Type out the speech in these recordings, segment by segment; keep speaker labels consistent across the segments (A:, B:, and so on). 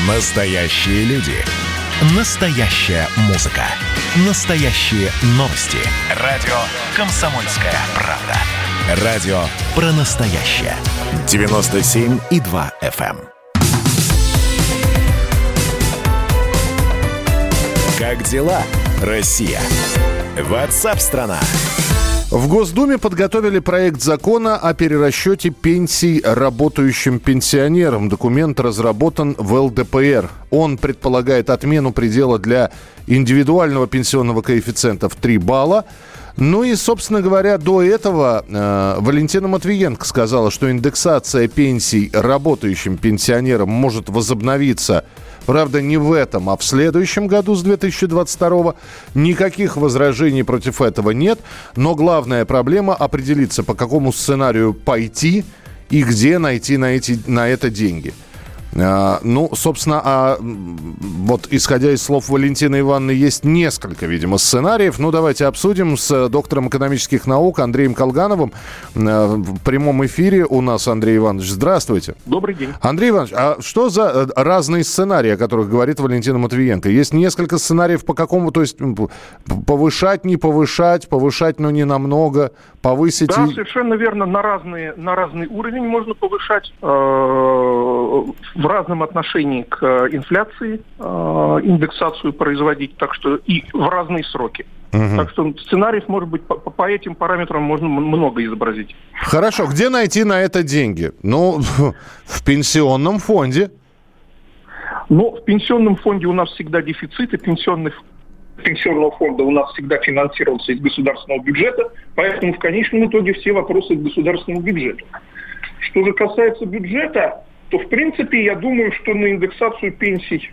A: Настоящие люди. Настоящая музыка. Настоящие новости. Радио «Комсомольская правда». Радио про настоящее. 97,2 FM. Как дела, Россия? WhatsApp-страна.
B: В Госдуме подготовили проект закона о перерасчете пенсий работающим пенсионерам. Документ разработан в ЛДПР. Он предполагает отмену предела для индивидуального пенсионного коэффициента в 3 балла. Ну и, собственно говоря, до этого Валентина Матвиенко сказала, что индексация пенсий работающим пенсионерам может возобновиться, правда, не в этом, а в следующем году, с 2022-го. Никаких возражений против этого нет. Но главная проблема – определиться, по какому сценарию пойти и где найти на это деньги. Ну, собственно, вот исходя из слов Валентины Ивановны, есть несколько, видимо, сценариев. Ну, давайте обсудим с доктором экономических наук Андреем Колгановым. В прямом эфире у нас Андрей Иванович. Здравствуйте.
C: Добрый день.
B: Андрей Иванович, а что за разные сценарии, о которых говорит Валентина Матвиенко? Есть несколько сценариев по какому, то есть повышать, не повышать, повышать, но не намного, повысить...
C: Да, совершенно верно. На разный уровень можно повышать в разном отношении к инфляции, индексацию производить, так что и в разные сроки. Угу. Так что сценариев, может быть, по этим параметрам можно много изобразить.
B: Хорошо. Где найти на это деньги? Ну, в пенсионном фонде.
C: Но в пенсионном фонде у нас всегда дефицит, и пенсионного фонда у нас всегда финансировался из государственного бюджета, поэтому в конечном итоге все вопросы к государственному бюджету. Что же касается бюджета, то, в принципе, я думаю, что на индексацию пенсий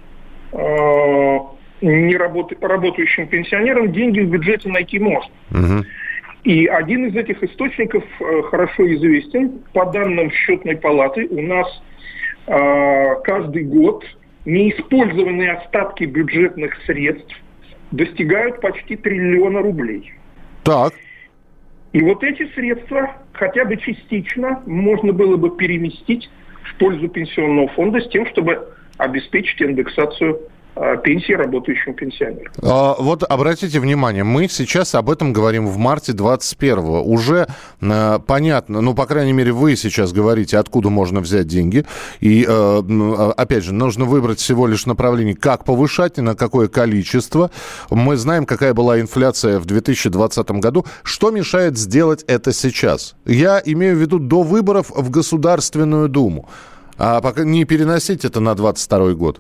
C: работающим пенсионерам деньги в бюджете найти можно. Угу. И один из этих источников хорошо известен. По данным Счетной палаты, у нас каждый год неиспользованные остатки бюджетных средств достигают почти 1 триллиона рублей.
B: Так.
C: И вот эти средства хотя бы частично можно было бы переместить в пользу пенсионного фонда с тем, чтобы обеспечить индексацию пенсии работающим пенсионерам.
B: Вот обратите внимание, мы сейчас об этом говорим в марте 21-го. Уже понятно, ну, по крайней мере, вы сейчас говорите, откуда можно взять деньги. И, опять же, нужно выбрать всего лишь направление, как повышать и на какое количество. Мы знаем, какая была инфляция в 2020 году. Что мешает сделать это сейчас? Я имею в виду до выборов в Государственную Думу. А пока не переносить это на 22 год.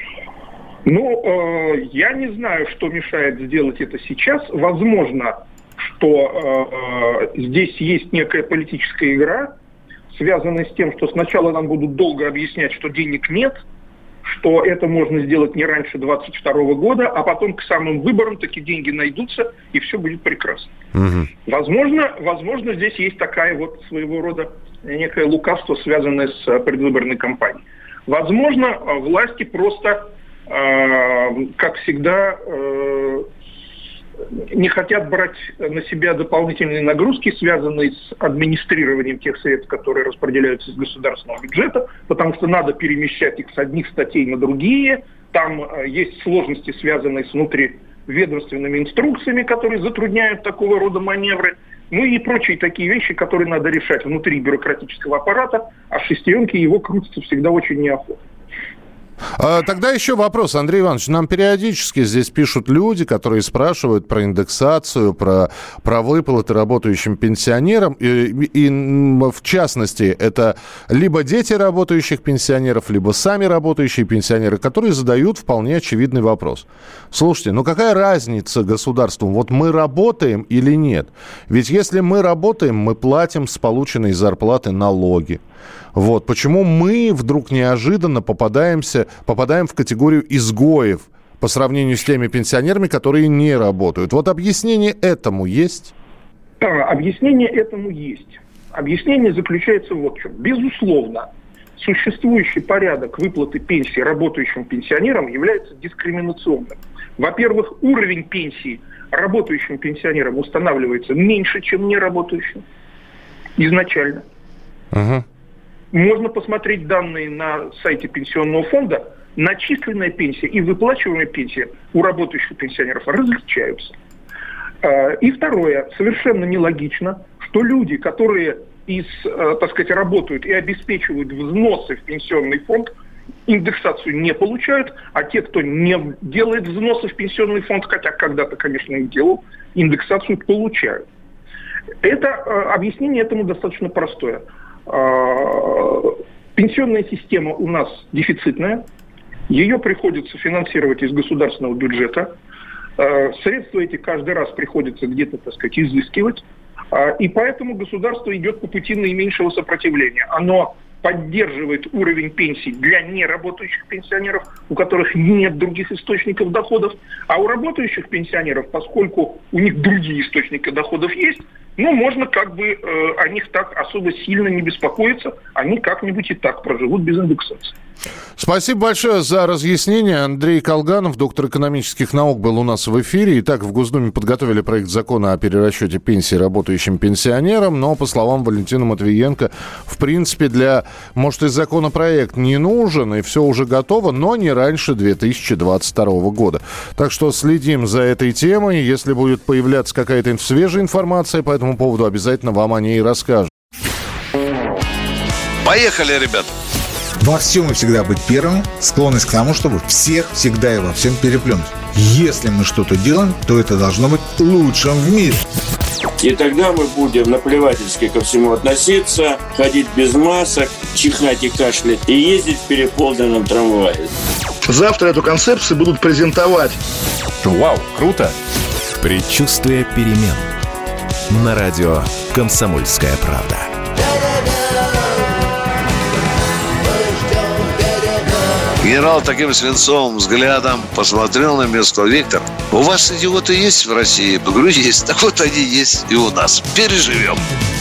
C: Ну, я не знаю, что мешает сделать это сейчас. Возможно, что здесь есть некая политическая игра, связанная с тем, что сначала нам будут долго объяснять, что денег нет, что это можно сделать не раньше 2022 года, а потом к самым выборам таки деньги найдутся, и все будет прекрасно. Угу. Возможно, здесь есть такая вот своего рода некое лукавство, связанное с предвыборной кампанией. Возможно, власти просто... как всегда, не хотят брать на себя дополнительные нагрузки, связанные с администрированием тех средств, которые распределяются из государственного бюджета, потому что надо перемещать их с одних статей на другие. Там есть сложности, связанные с внутриведомственными инструкциями, которые затрудняют такого рода маневры. Ну и прочие такие вещи, которые надо решать внутри бюрократического аппарата, а шестеренки его крутятся всегда очень неохотно.
B: Тогда еще вопрос, Андрей Иванович. Нам периодически здесь пишут люди, которые спрашивают про индексацию, про выплаты работающим пенсионерам. И в частности, это либо дети работающих пенсионеров, либо сами работающие пенсионеры, которые задают вполне очевидный вопрос. Слушайте, ну какая разница государству? Вот мы работаем или нет? Ведь если мы работаем, мы платим с полученной зарплаты налоги. Вот. Почему мы вдруг неожиданно попадаем в категорию изгоев по сравнению с теми пенсионерами, которые не работают? Вот объяснение этому есть?
C: Да, объяснение этому есть. Объяснение заключается вот в чем. Безусловно, существующий порядок выплаты пенсии работающим пенсионерам является дискриминационным. Во-первых, уровень пенсии работающим пенсионерам устанавливается меньше, чем неработающим изначально.
B: Угу.
C: Можно посмотреть данные на сайте Пенсионного фонда. Начисленная пенсия и выплачиваемая пенсия у работающих пенсионеров различаются. И второе, совершенно нелогично, что люди, которые работают и обеспечивают взносы в пенсионный фонд, индексацию не получают, а те, кто не делает взносы в пенсионный фонд, хотя когда-то, конечно, их делал, индексацию получают. Объяснение этому достаточно простое. Пенсионная система у нас дефицитная, ее приходится финансировать из государственного бюджета, средства эти каждый раз приходится где-то, изыскивать, и поэтому государство идет по пути наименьшего сопротивления. Оно поддерживает уровень пенсий для неработающих пенсионеров, у которых нет других источников доходов, а у работающих пенсионеров, поскольку у них другие источники доходов есть, можно о них так особо сильно не беспокоиться, они как-нибудь и так проживут без индексации.
B: Спасибо большое за разъяснение. Андрей Колганов, доктор экономических наук, был у нас в эфире. Итак, в Госдуме подготовили проект закона о перерасчете пенсий работающим пенсионерам, но, по словам Валентины Матвиенко, в принципе, может, и законопроект не нужен, и все уже готово, но не раньше 2022 года. Так что следим за этой темой. Если будет появляться какая-то свежая информация по этому поводу, обязательно вам о ней расскажем.
D: Поехали, ребят!
E: Во всем и всегда быть первым, склонность к тому, чтобы всех, всегда и во всем переплюнуть. Если мы что-то делаем, то это должно быть лучшим в мире.
F: И тогда мы будем наплевательски ко всему относиться, ходить без масок, чихать и кашлять и ездить в переполненном трамвае.
G: Завтра эту концепцию будут презентовать.
A: Вау, круто! Предчувствие перемен. На радио «Комсомольская правда».
D: Генерал таким свинцовым взглядом посмотрел на меня и сказал: Виктор, у вас идиоты есть в России? Я говорю, есть. Так вот они есть и у нас. Переживем.